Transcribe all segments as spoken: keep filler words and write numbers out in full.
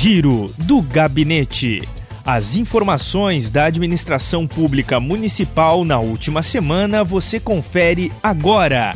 Giro do Gabinete. As informações da administração pública municipal na última semana você confere agora.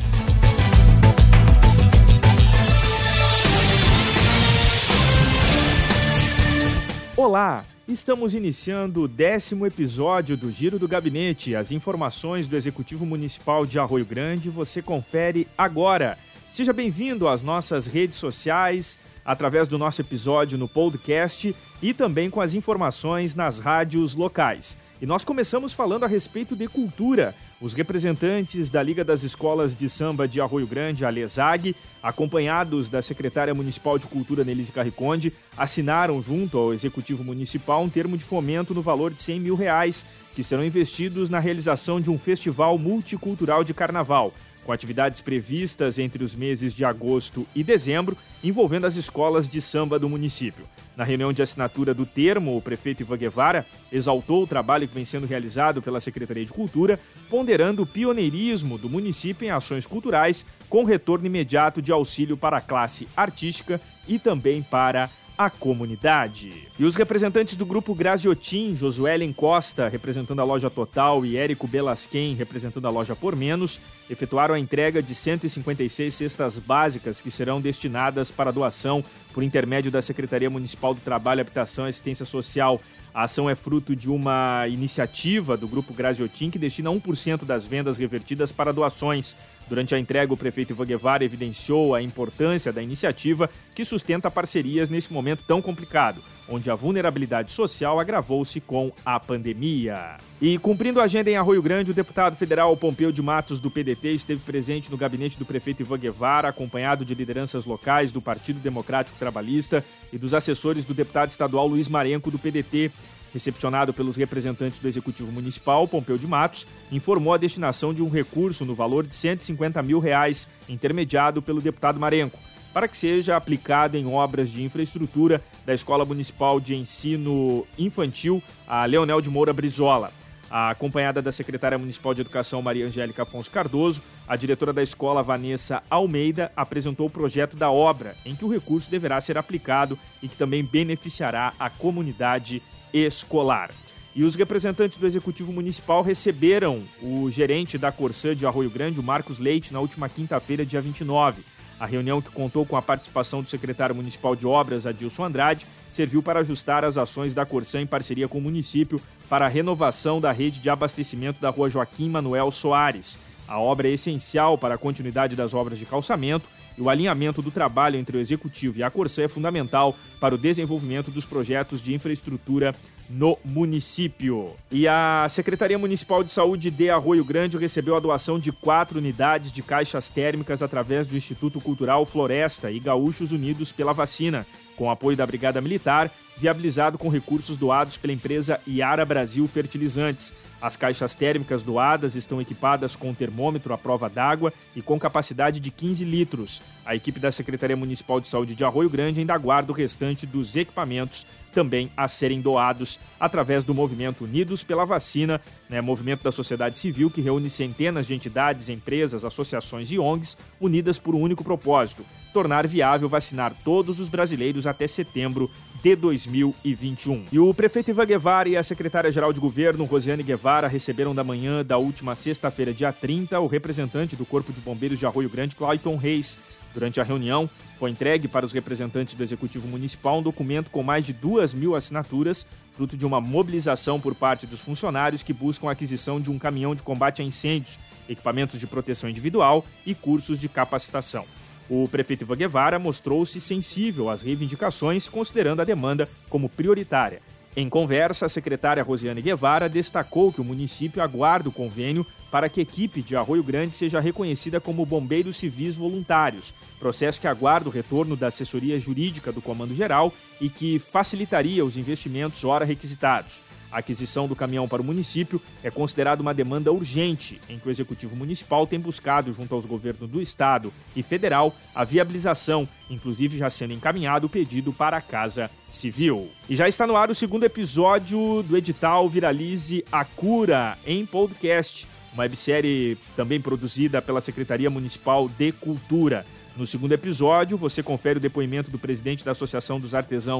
Olá, estamos iniciando o décimo episódio do Giro do Gabinete. As informações do Executivo Municipal de Arroio Grande você confere agora. Seja bem-vindo às nossas redes sociais, através do nosso episódio no podcast e também com as informações nas rádios locais. E nós começamos falando a respeito de cultura. Os representantes da Liga das Escolas de Samba de Arroio Grande, a LESAG, acompanhados da secretária municipal de Cultura, Nelise Carriconde, assinaram junto ao Executivo Municipal um termo de fomento no valor de cem mil reais, que serão investidos na realização de um festival multicultural de carnaval, com atividades previstas entre os meses de agosto e dezembro, envolvendo as escolas de samba do município. Na reunião de assinatura do termo, o prefeito Ivan Guevara exaltou o trabalho que vem sendo realizado pela Secretaria de Cultura, ponderando o pioneirismo do município em ações culturais, com retorno imediato de auxílio para a classe artística e também para a comunidade. E os representantes do grupo Graziotin, Josuelen Costa, representando a loja Total, e Érico Belasquen, representando a loja Por Menos, efetuaram a entrega de cento e cinquenta e seis cestas básicas que serão destinadas para doação por intermédio da Secretaria Municipal do Trabalho, Habitação e Assistência Social. A ação é fruto de uma iniciativa do Grupo Graziotin que destina um por cento das vendas revertidas para doações. Durante a entrega, o prefeito Ivan Guevara evidenciou a importância da iniciativa que sustenta parcerias nesse momento tão complicado, onde a vulnerabilidade social agravou-se com a pandemia. E cumprindo a agenda em Arroio Grande, o deputado federal Pompeu de Matos, do P D T, esteve presente no gabinete do prefeito Ivan Guevara, acompanhado de lideranças locais do Partido Democrático Trabalhista e dos assessores do deputado estadual Luiz Marenco, do P D T. Recepcionado pelos representantes do Executivo Municipal, Pompeu de Matos informou a destinação de um recurso no valor de cento e cinquenta mil reais, intermediado pelo deputado Marenco, para que seja aplicado em obras de infraestrutura da Escola Municipal de Ensino Infantil, a Leonel de Moura Brizola. Acompanhada da secretária municipal de Educação, Maria Angélica Afonso Cardoso, a diretora da escola, Vanessa Almeida, apresentou o projeto da obra, em que o recurso deverá ser aplicado e que também beneficiará a comunidade escolar. E os representantes do Executivo Municipal receberam o gerente da Corsã de Arroio Grande, o Marcos Leite, na última quinta-feira, dia vinte e nove. A reunião, que contou com a participação do secretário municipal de obras, Adilson Andrade, serviu para ajustar as ações da Corsã em parceria com o município para a renovação da rede de abastecimento da rua Joaquim Manuel Soares. A obra é essencial para a continuidade das obras de calçamento e o alinhamento do trabalho entre o Executivo e a Corsã é fundamental para o desenvolvimento dos projetos de infraestrutura no município. E a Secretaria Municipal de Saúde de Arroio Grande recebeu a doação de quatro unidades de caixas térmicas através do Instituto Cultural Floresta e Gaúchos Unidos pela Vacina, com apoio da Brigada Militar, viabilizado com recursos doados pela empresa Iara Brasil Fertilizantes. As caixas térmicas doadas estão equipadas com termômetro à prova d'água e com capacidade de quinze litros. A equipe da Secretaria Municipal de Saúde de Arroio Grande ainda aguarda o restante dos equipamentos também a serem doados através do movimento Unidos pela Vacina, né, movimento da sociedade civil que reúne centenas de entidades, empresas, associações e O N Gs unidas por um único propósito: tornar viável vacinar todos os brasileiros até setembro de dois mil e vinte e um. E o prefeito Ivan Guevara e a secretária-geral de governo, Rosiane Guevara, receberam da manhã da última sexta-feira, dia trinta, o representante do Corpo de Bombeiros de Arroio Grande, Clayton Reis. Durante a reunião, foi entregue para os representantes do Executivo Municipal um documento com mais de duas mil assinaturas, fruto de uma mobilização por parte dos funcionários que buscam a aquisição de um caminhão de combate a incêndios, equipamentos de proteção individual e cursos de capacitação. O prefeito Ivan Guevara mostrou-se sensível às reivindicações, considerando a demanda como prioritária. Em conversa, a secretária Rosiane Guevara destacou que o município aguarda o convênio para que a equipe de Arroio Grande seja reconhecida como bombeiros civis voluntários, processo que aguarda o retorno da assessoria jurídica do Comando Geral e que facilitaria os investimentos ora requisitados. A aquisição do caminhão para o município é considerada uma demanda urgente, em que o Executivo Municipal tem buscado, junto aos governos do Estado e Federal, a viabilização, inclusive já sendo encaminhado o pedido para a Casa Civil. E já está no ar o segundo episódio do edital Viralize a Cura, em podcast, uma websérie também produzida pela Secretaria Municipal de Cultura. No segundo episódio, você confere o depoimento do presidente da Associação dos Artesãos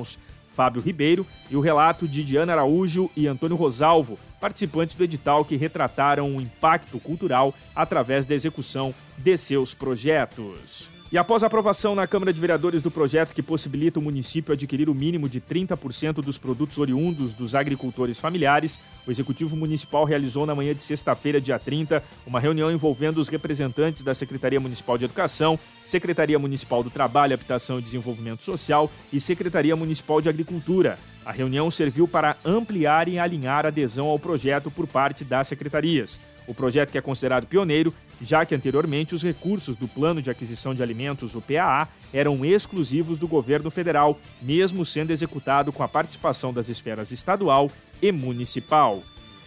Fábio Ribeiro, e o relato de Diana Araújo e Antônio Rosalvo, participantes do edital que retrataram o impacto cultural através da execução de seus projetos. E após a aprovação na Câmara de Vereadores do projeto que possibilita o município adquirir o mínimo de trinta por cento dos produtos oriundos dos agricultores familiares, o Executivo Municipal realizou na manhã de sexta-feira, dia trinta, uma reunião envolvendo os representantes da Secretaria Municipal de Educação, Secretaria Municipal do Trabalho, Habitação e Desenvolvimento Social e Secretaria Municipal de Agricultura. A reunião serviu para ampliar e alinhar a adesão ao projeto por parte das secretarias. O projeto, que é considerado pioneiro, já que anteriormente os recursos do Plano de Aquisição de Alimentos, o P A A, eram exclusivos do governo federal, mesmo sendo executado com a participação das esferas estadual e municipal.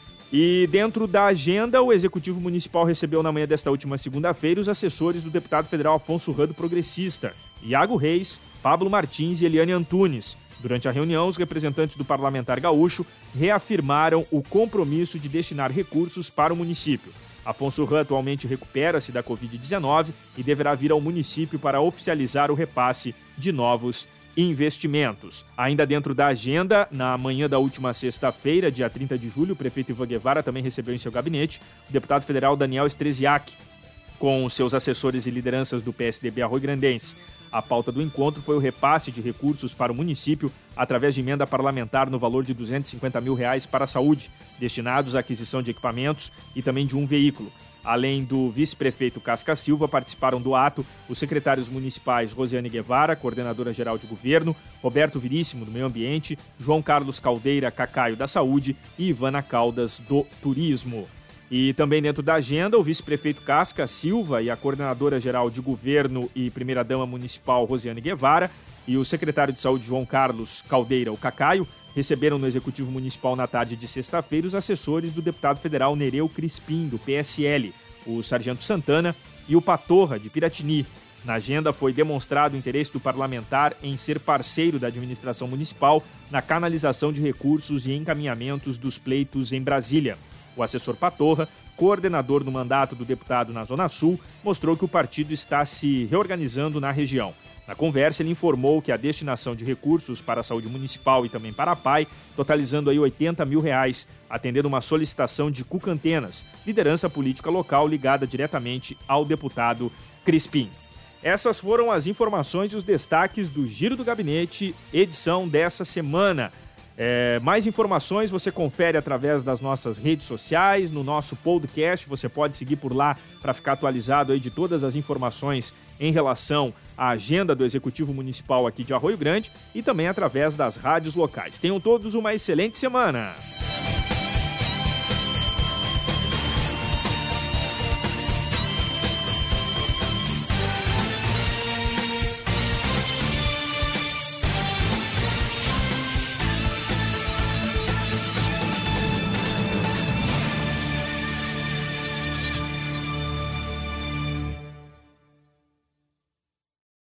E dentro da agenda, o Executivo Municipal recebeu na manhã desta última segunda-feira os assessores do deputado federal Afonso Rã do Progressista, Iago Reis, Pablo Martins e Eliane Antunes. Durante a reunião, os representantes do parlamentar gaúcho reafirmaram o compromisso de destinar recursos para o município. Afonso Rã atualmente recupera-se da covid dezenove e deverá vir ao município para oficializar o repasse de novos investimentos. Ainda dentro da agenda, na manhã da última sexta-feira, dia trinta de julho, o prefeito Ivan Guevara também recebeu em seu gabinete o deputado federal Daniel Streziak, com seus assessores e lideranças do P S D B arroio-grandense. A pauta do encontro foi o repasse de recursos para o município através de emenda parlamentar no valor de duzentos e cinquenta mil reais para a saúde, destinados à aquisição de equipamentos e também de um veículo. Além do vice-prefeito Casca Silva, participaram do ato os secretários municipais Rosiane Guevara, coordenadora-geral de governo, Roberto Viríssimo, do Meio Ambiente, João Carlos Caldeira Cacaio, da Saúde e Ivana Caldas, do Turismo. E também dentro da agenda, o vice-prefeito Casca Silva e a coordenadora-geral de governo e primeira-dama municipal Rosiane Guevara e o secretário de saúde João Carlos Caldeira, o Cacaio, receberam no Executivo Municipal na tarde de sexta-feira os assessores do deputado federal Nereu Crispim, do P S L, o Sargento Santana e o Patorra, de Piratini. Na agenda foi demonstrado o interesse do parlamentar em ser parceiro da administração municipal na canalização de recursos e encaminhamentos dos pleitos em Brasília. O assessor Patorra, coordenador do mandato do deputado na Zona Sul, mostrou que o partido está se reorganizando na região. Na conversa, ele informou que a destinação de recursos para a saúde municipal e também para a P A I, totalizando aí oitenta mil reais, atendendo uma solicitação de Cuca Antenas, liderança política local ligada diretamente ao deputado Crispim. Essas foram as informações e os destaques do Giro do Gabinete, edição dessa semana. É, mais informações você confere através das nossas redes sociais, no nosso podcast, você pode seguir por lá para ficar atualizado aí de todas as informações em relação à agenda do Executivo Municipal aqui de Arroio Grande e também através das rádios locais. Tenham todos uma excelente semana!